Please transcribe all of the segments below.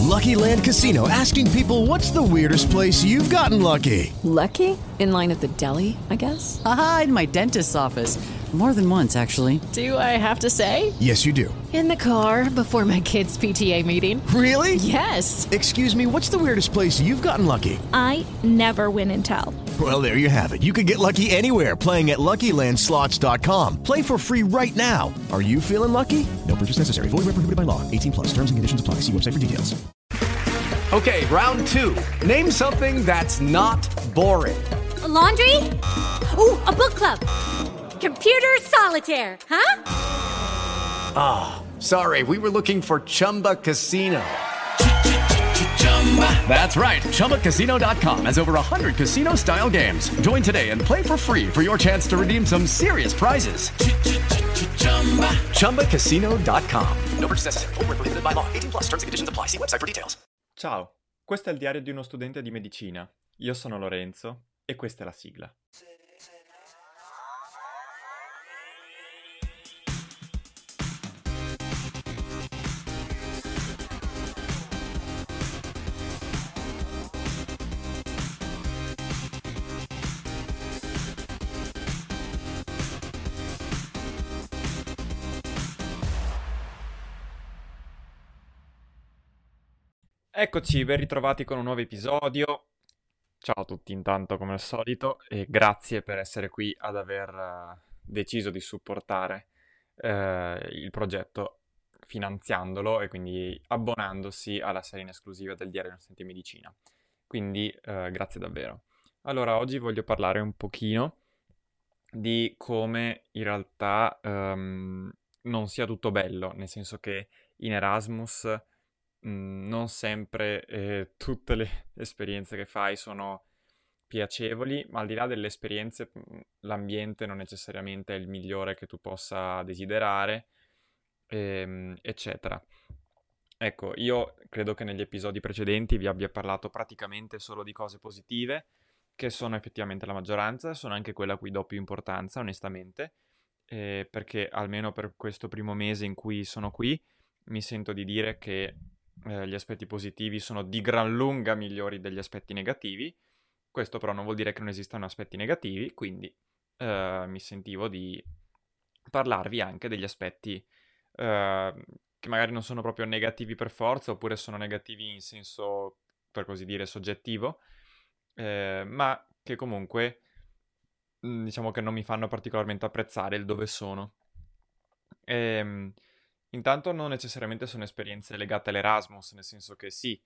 Lucky Land Casino, asking people, what's the weirdest place you've gotten lucky? Lucky? In line at the deli, I guess? Aha, in my dentist's office. More than once, actually. Do I have to say? Yes, you do. In the car before my kids' PTA meeting. Really? Yes. Excuse me, what's the weirdest place you've gotten lucky? I never win and tell. Well, there you have it. You can get lucky anywhere, playing at LuckyLandSlots.com. Play for free right now. Are you feeling lucky? No purchase necessary. Void where prohibited by law. 18 plus. Terms and conditions apply. See website for details. Okay, round two. Name something that's not boring. A laundry? Ooh, a book club. Computer solitaire, huh? Sorry, we were looking for Chumba Casino. That's right. ChumbaCasino.com has over 100 casino-style games. Join today and play for free for your chance to redeem some serious prizes. ChumbaCasino.com. No purchase necessary. Void where prohibited by law. 18 plus. Terms and conditions apply. See website for details. Ciao, questo è il diario di uno studente di medicina. Io sono Lorenzo e questa è la sigla. Eccoci, ben ritrovati con un nuovo episodio. Ciao a tutti intanto come al solito e grazie per essere qui ad aver deciso di supportare il progetto finanziandolo e quindi abbonandosi alla serie in esclusiva del Diario di uno studente di medicina. Quindi grazie davvero. Allora, oggi voglio parlare un pochino di come in realtà non sia tutto bello, nel senso che in Erasmus non sempre tutte le esperienze che fai sono piacevoli, ma al di là delle esperienze, l'ambiente non necessariamente è il migliore che tu possa desiderare, eccetera. Ecco, io credo che negli episodi precedenti vi abbia parlato praticamente solo di cose positive, che sono effettivamente la maggioranza, sono anche quella a cui do più importanza, onestamente, perché almeno per questo primo mese in cui sono qui, mi sento di dire che gli aspetti positivi sono di gran lunga migliori degli aspetti negativi. Questo però non vuol dire che non esistano aspetti negativi, quindi mi sentivo di parlarvi anche degli aspetti che magari non sono proprio negativi per forza, oppure sono negativi in senso, per così dire, soggettivo, ma che comunque diciamo che non mi fanno particolarmente apprezzare il dove sono. Intanto non necessariamente sono esperienze legate all'Erasmus, nel senso che sì,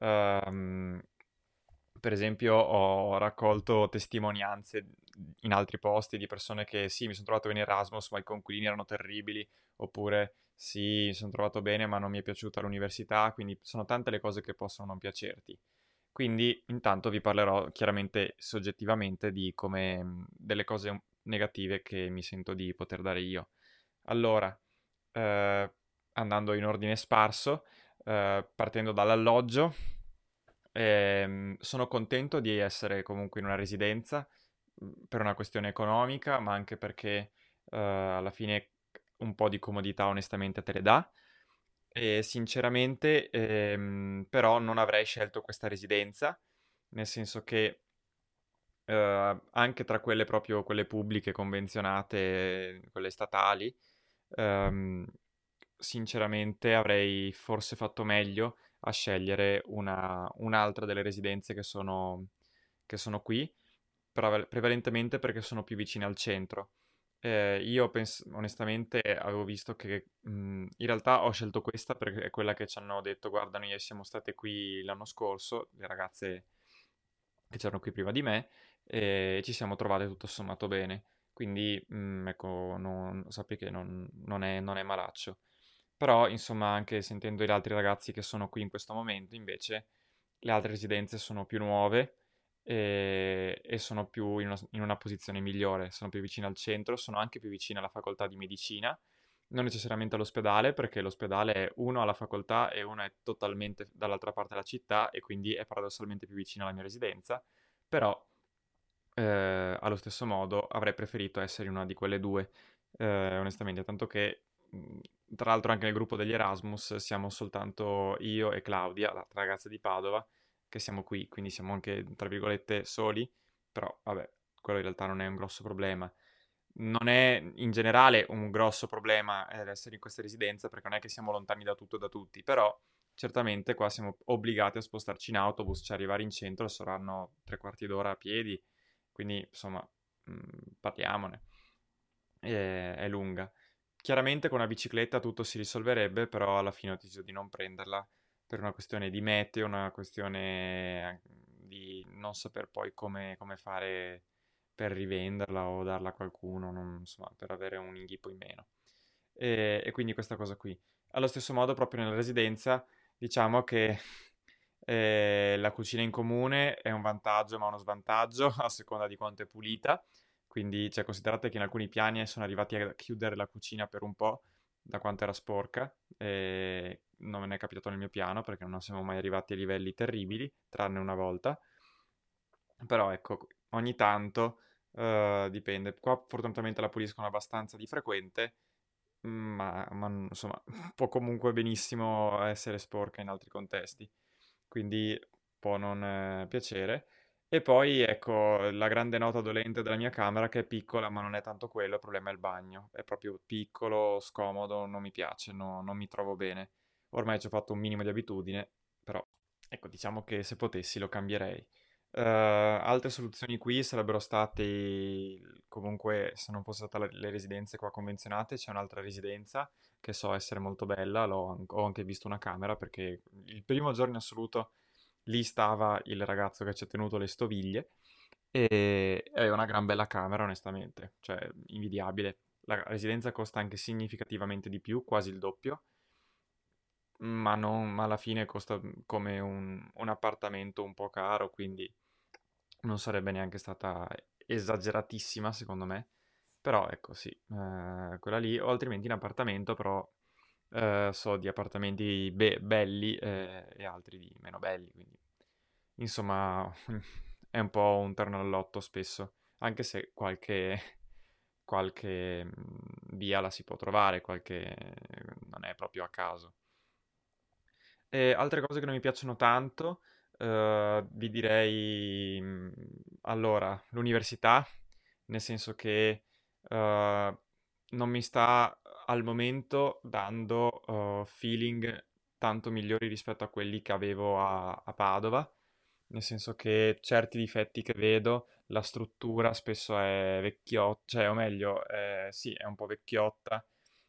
per esempio ho raccolto testimonianze in altri posti di persone che sì, mi sono trovato bene in Erasmus, ma i coinquilini erano terribili, oppure sì, mi sono trovato bene, ma non mi è piaciuta l'università, quindi sono tante le cose che possono non piacerti. Quindi intanto vi parlerò chiaramente soggettivamente di come delle cose negative che mi sento di poter dare io. Allora, andando in ordine sparso, partendo dall'alloggio, sono contento di essere comunque in una residenza per una questione economica, ma anche perché alla fine un po' di comodità onestamente te le dà. E sinceramente, però non avrei scelto questa residenza, nel senso che anche tra quelle proprio quelle pubbliche, convenzionate, quelle statali, sinceramente avrei forse fatto meglio a scegliere un'altra delle residenze che sono qui, prevalentemente perché sono più vicine al centro. Io onestamente avevo visto che in realtà ho scelto questa perché è quella che ci hanno detto, guarda, noi siamo state qui l'anno scorso, le ragazze che c'erano qui prima di me, e ci siamo trovate tutto sommato bene. Quindi, ecco, sappi che non è malaccio. Però, insomma, anche sentendo gli altri ragazzi che sono qui in questo momento, invece, le altre residenze sono più nuove e sono più in una posizione migliore, sono più vicine al centro, sono anche più vicine alla facoltà di medicina, non necessariamente all'ospedale, perché l'ospedale è uno alla facoltà e uno è totalmente dall'altra parte della città e quindi è paradossalmente più vicino alla mia residenza, però allo stesso modo avrei preferito essere in una di quelle due, onestamente, tanto che tra l'altro anche nel gruppo degli Erasmus siamo soltanto io e Claudia, l'altra ragazza di Padova, che siamo qui, quindi siamo anche, tra virgolette, soli, però vabbè, quello in realtà non è un grosso problema. Non è in generale un grosso problema essere in questa residenza, perché non è che siamo lontani da tutto e da tutti, però certamente qua siamo obbligati a spostarci in autobus, cioè arrivare in centro saranno 3 quarti d'ora a piedi, quindi insomma parliamone, è lunga. Chiaramente con una bicicletta tutto si risolverebbe, però alla fine ho deciso di non prenderla per una questione di meteo, una questione di non saper poi come fare per rivenderla o darla a qualcuno, insomma, per avere un inghippo in meno. E quindi questa cosa qui. Allo stesso modo, proprio nella residenza, diciamo che la cucina in comune è un vantaggio ma uno svantaggio a seconda di quanto è pulita. Quindi, cioè, considerate che in alcuni piani sono arrivati a chiudere la cucina per un po', da quanto era sporca. E non me ne è capitato nel mio piano perché non siamo mai arrivati a livelli terribili, tranne una volta. Però ecco, ogni tanto dipende. Qua fortunatamente la puliscono abbastanza di frequente, ma insomma può comunque benissimo essere sporca in altri contesti, quindi può non piacere. E poi ecco la grande nota dolente della mia camera che è piccola, ma non è tanto quello, il problema è il bagno. È proprio piccolo, scomodo, non mi piace, non mi trovo bene. Ormai ci ho fatto un minimo di abitudine, però ecco, diciamo che se potessi lo cambierei. Altre soluzioni qui sarebbero state, comunque, se non fosse stata le residenze qua convenzionate, c'è un'altra residenza che so essere molto bella, ho anche visto una camera perché il primo giorno in assoluto lì stava il ragazzo che ci ha tenuto le stoviglie e è una gran bella camera, onestamente, cioè invidiabile. La residenza costa anche significativamente di più, quasi il doppio, ma alla fine costa come un appartamento un po' caro, quindi non sarebbe neanche stata esageratissima, secondo me. Però ecco, sì, quella lì, o altrimenti in appartamento, però so di appartamenti belli e altri di meno belli, quindi insomma è un po' un terno al lotto spesso, anche se qualche via la si può trovare, qualche non è proprio a caso. E altre cose che non mi piacciono tanto, vi direi, allora, l'università, nel senso che non mi sta al momento dando feeling tanto migliori rispetto a quelli che avevo a Padova, nel senso che certi difetti che vedo, la struttura spesso è vecchiotta, cioè, o meglio, sì, è un po' vecchiotta,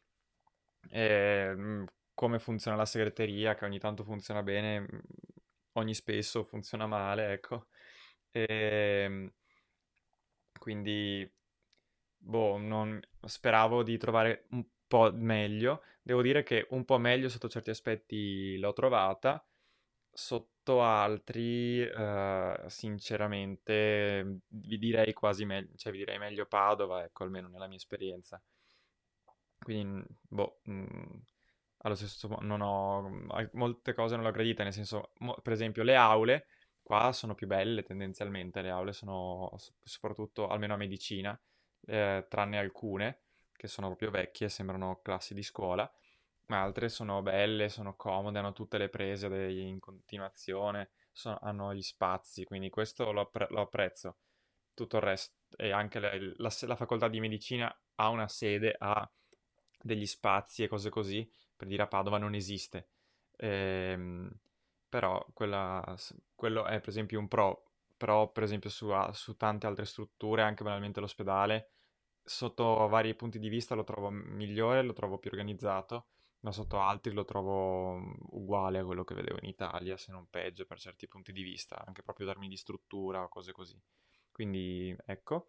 come funziona la segreteria, che ogni tanto funziona bene, ogni spesso funziona male, ecco. Ehm, quindi, boh, speravo di trovare un po' meglio. Devo dire che un po' meglio sotto certi aspetti l'ho trovata, sotto altri, sinceramente, vi direi quasi meglio, cioè vi direi meglio Padova, ecco, almeno nella mia esperienza. Quindi, boh, allo stesso modo non ho, molte cose non le ho gradite, nel senso, per esempio, le aule qua sono più belle tendenzialmente, le aule sono, soprattutto, almeno a medicina, tranne alcune che sono proprio vecchie, sembrano classi di scuola, ma altre sono belle, sono comode, hanno tutte le prese in continuazione, hanno gli spazi, quindi questo lo apprezzo. Tutto il resto, e anche la facoltà di medicina ha una sede, ha degli spazi e cose così, per dire a Padova non esiste. Ehm, Però quello è per esempio un pro, però per esempio su tante altre strutture, anche banalmente l'ospedale, sotto vari punti di vista lo trovo migliore, lo trovo più organizzato, ma sotto altri lo trovo uguale a quello che vedevo in Italia, se non peggio per certi punti di vista, anche proprio termini di struttura o cose così. Quindi ecco.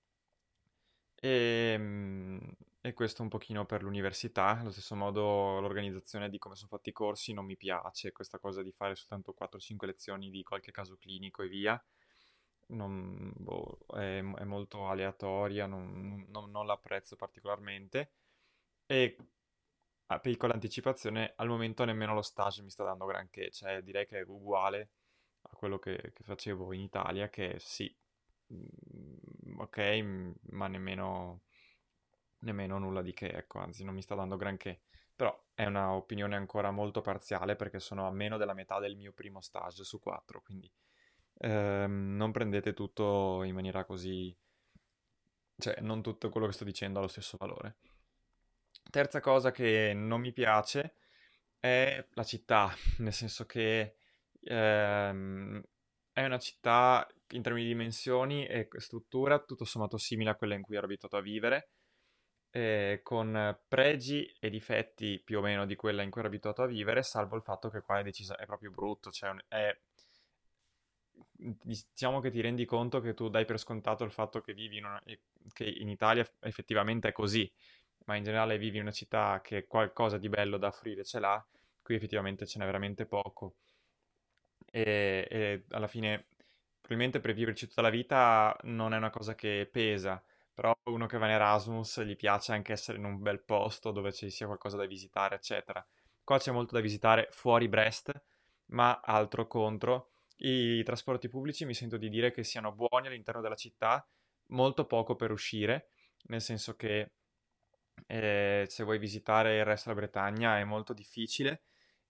E, e questo un pochino per l'università, allo stesso modo l'organizzazione di come sono fatti i corsi non mi piace, questa cosa di fare soltanto 4-5 lezioni di qualche caso clinico e via, boh, è molto aleatoria, non l'apprezzo particolarmente. E a piccola anticipazione, al momento nemmeno lo stage mi sta dando granché, cioè direi che è uguale a quello che facevo in Italia, che sì, ok, ma nemmeno nemmeno nulla di che, ecco, anzi non mi sta dando granché. Però è una opinione ancora molto parziale perché sono a meno della metà del mio primo stage su 4, quindi non prendete tutto in maniera così, cioè non tutto quello che sto dicendo ha lo stesso valore. Terza cosa che non mi piace è la città, nel senso che è una città in termini di dimensioni e struttura tutto sommato simile a quella in cui ero abituato a vivere, con pregi e difetti più o meno di quella in cui ero abituato a vivere, salvo il fatto che qua è proprio brutto, cioè diciamo che ti rendi conto che tu dai per scontato il fatto che che in Italia effettivamente è così, ma in generale vivi in una città che qualcosa di bello da offrire ce l'ha, qui effettivamente ce n'è veramente poco. E alla fine, probabilmente per viverci tutta la vita non è una cosa che pesa, però uno che va in Erasmus gli piace anche essere in un bel posto dove ci sia qualcosa da visitare, eccetera. Qua c'è molto da visitare fuori Brest, ma altro contro. I trasporti pubblici mi sento di dire che siano buoni all'interno della città, molto poco per uscire, nel senso che se vuoi visitare il resto della Bretagna è molto difficile.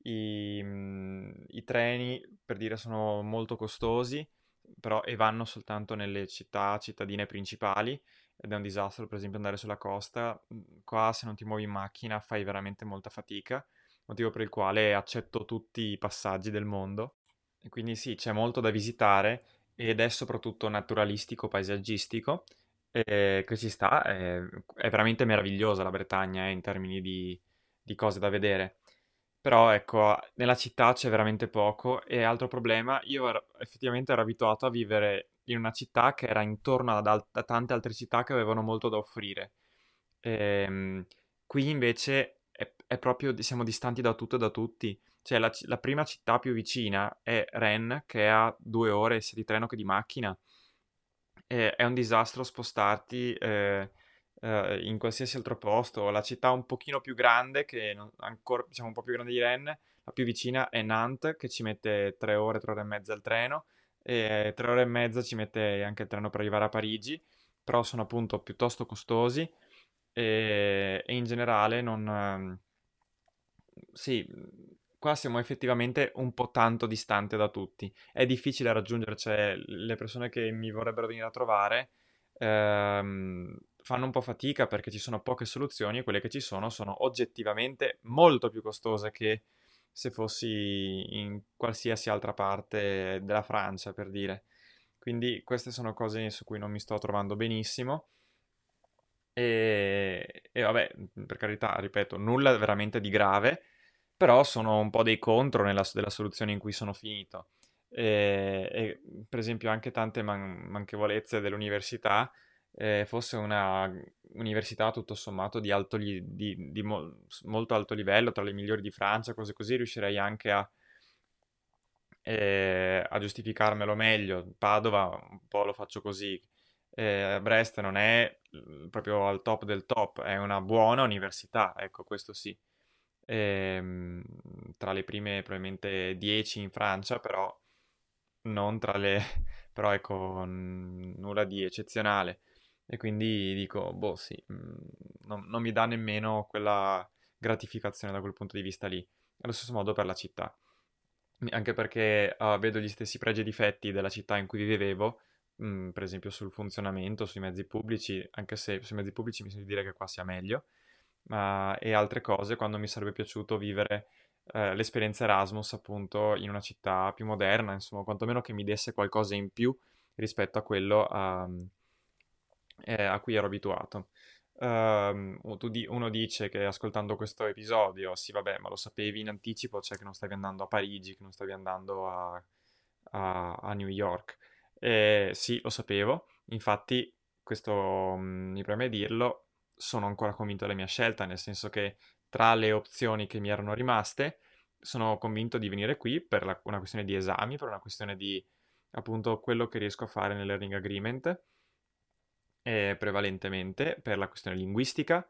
I treni, per dire, sono molto costosi, però e vanno soltanto nelle cittadine principali, ed è un disastro, per esempio, andare sulla costa. Qua, se non ti muovi in macchina, fai veramente molta fatica, motivo per il quale accetto tutti i passaggi del mondo. E quindi sì, c'è molto da visitare ed è soprattutto naturalistico, paesaggistico, che ci sta, è veramente meravigliosa la Bretagna, in termini di cose da vedere. Però ecco, nella città c'è veramente poco e altro problema, effettivamente ero abituato a vivere in una città che era intorno a tante altre città che avevano molto da offrire. Ehm, Qui invece è proprio, siamo distanti da tutto e da tutti. Cioè la prima città più vicina è Rennes, che è a 2 ore sia di treno che di macchina. È un disastro spostarti in qualsiasi altro posto. La città un pochino più grande, ancora diciamo un po' più grande di Rennes, la più vicina è Nantes, che ci mette 3 ore, 3 ore e mezza il treno, e 3 ore e mezza ci mette anche il treno per arrivare a Parigi, però sono appunto piuttosto costosi e in generale non... sì, qua siamo effettivamente un po' tanto distante da tutti. È difficile raggiungere, cioè le persone che mi vorrebbero venire a trovare fanno un po' fatica perché ci sono poche soluzioni e quelle che ci sono oggettivamente molto più costose che se fossi in qualsiasi altra parte della Francia, per dire. Quindi queste sono cose su cui non mi sto trovando benissimo. E vabbè, per carità, ripeto, nulla veramente di grave, però sono un po' dei contro della soluzione in cui sono finito. Per esempio anche tante manchevolezze dell'università, fosse una università tutto sommato di molto alto livello, tra le migliori di Francia, cose così, riuscirei anche a giustificarmelo meglio. Padova un po' lo faccio così. Brest non è proprio al top del top, è una buona università, ecco, questo sì. Ehm, Tra le prime probabilmente 10 in Francia, però non tra le... però ecco, nulla di eccezionale. E quindi dico, boh, sì, non mi dà nemmeno quella gratificazione da quel punto di vista lì. Allo stesso modo per la città. Anche perché vedo gli stessi pregi e difetti della città in cui vivevo, per esempio sul funzionamento, sui mezzi pubblici, anche se sui mezzi pubblici mi sento di dire che qua sia meglio, e altre cose quando mi sarebbe piaciuto vivere l'esperienza Erasmus appunto in una città più moderna, insomma, quantomeno che mi desse qualcosa in più rispetto a quello a cui ero abituato. Uno dice che ascoltando questo episodio, sì, vabbè, ma lo sapevi in anticipo, cioè che non stavi andando a Parigi, che non stavi andando a New York. Sì, lo sapevo, infatti, questo mi preme dirlo, sono ancora convinto della mia scelta, nel senso che tra le opzioni che mi erano rimaste, sono convinto di venire qui per una questione di esami, per una questione di appunto quello che riesco a fare nel learning agreement, prevalentemente per la questione linguistica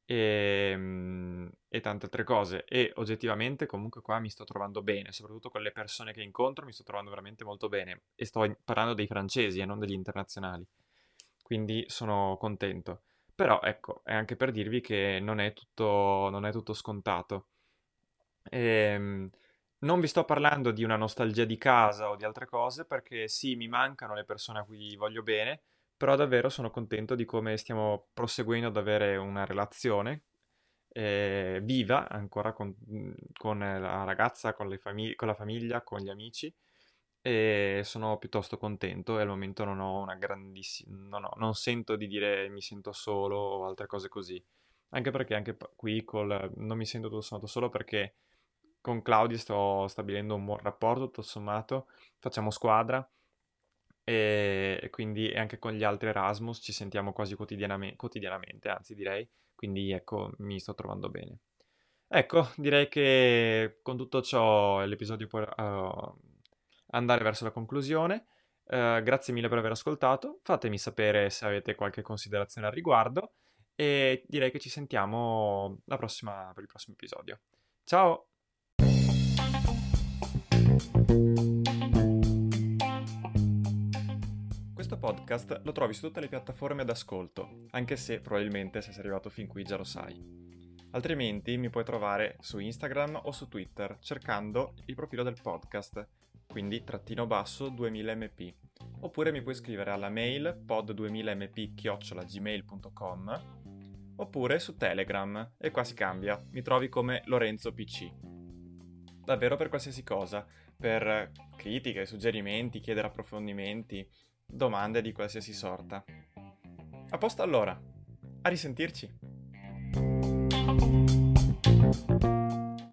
e tante altre cose. E oggettivamente comunque qua mi sto trovando bene, soprattutto con le persone che incontro mi sto trovando veramente molto bene. E sto parlando dei francesi e non degli internazionali. Quindi sono contento. Però ecco, è anche per dirvi che non è tutto scontato. Ehm, Non vi sto parlando di una nostalgia di casa o di altre cose, perché sì, mi mancano le persone a cui voglio bene, però davvero sono contento di come stiamo proseguendo ad avere una relazione viva ancora con la ragazza, con la famiglia, con gli amici, e sono piuttosto contento e al momento non ho una grandissima, non sento di dire mi sento solo o altre cose così. Anche perché anche qui non mi sento tutto sommato solo, perché con Claudia sto stabilendo un buon rapporto, tutto sommato, facciamo squadra e quindi anche con gli altri Erasmus ci sentiamo quasi quotidianamente, anzi direi, quindi ecco, mi sto trovando bene. Ecco, direi che con tutto ciò l'episodio può andare verso la conclusione. Grazie mille per aver ascoltato, fatemi sapere se avete qualche considerazione al riguardo e direi che ci sentiamo per il prossimo episodio. Ciao! Questo podcast lo trovi su tutte le piattaforme d'ascolto, anche se probabilmente se sei arrivato fin qui già lo sai. Altrimenti mi puoi trovare su Instagram o su Twitter cercando il profilo del podcast, quindi _2000mp. Oppure mi puoi scrivere alla mail pod2000mp@gmail.com, oppure su Telegram, e qua si cambia, mi trovi come Lorenzo PC. Davvero per qualsiasi cosa, per critiche, suggerimenti, chiedere approfondimenti, domande di qualsiasi sorta. A posto allora, a risentirci!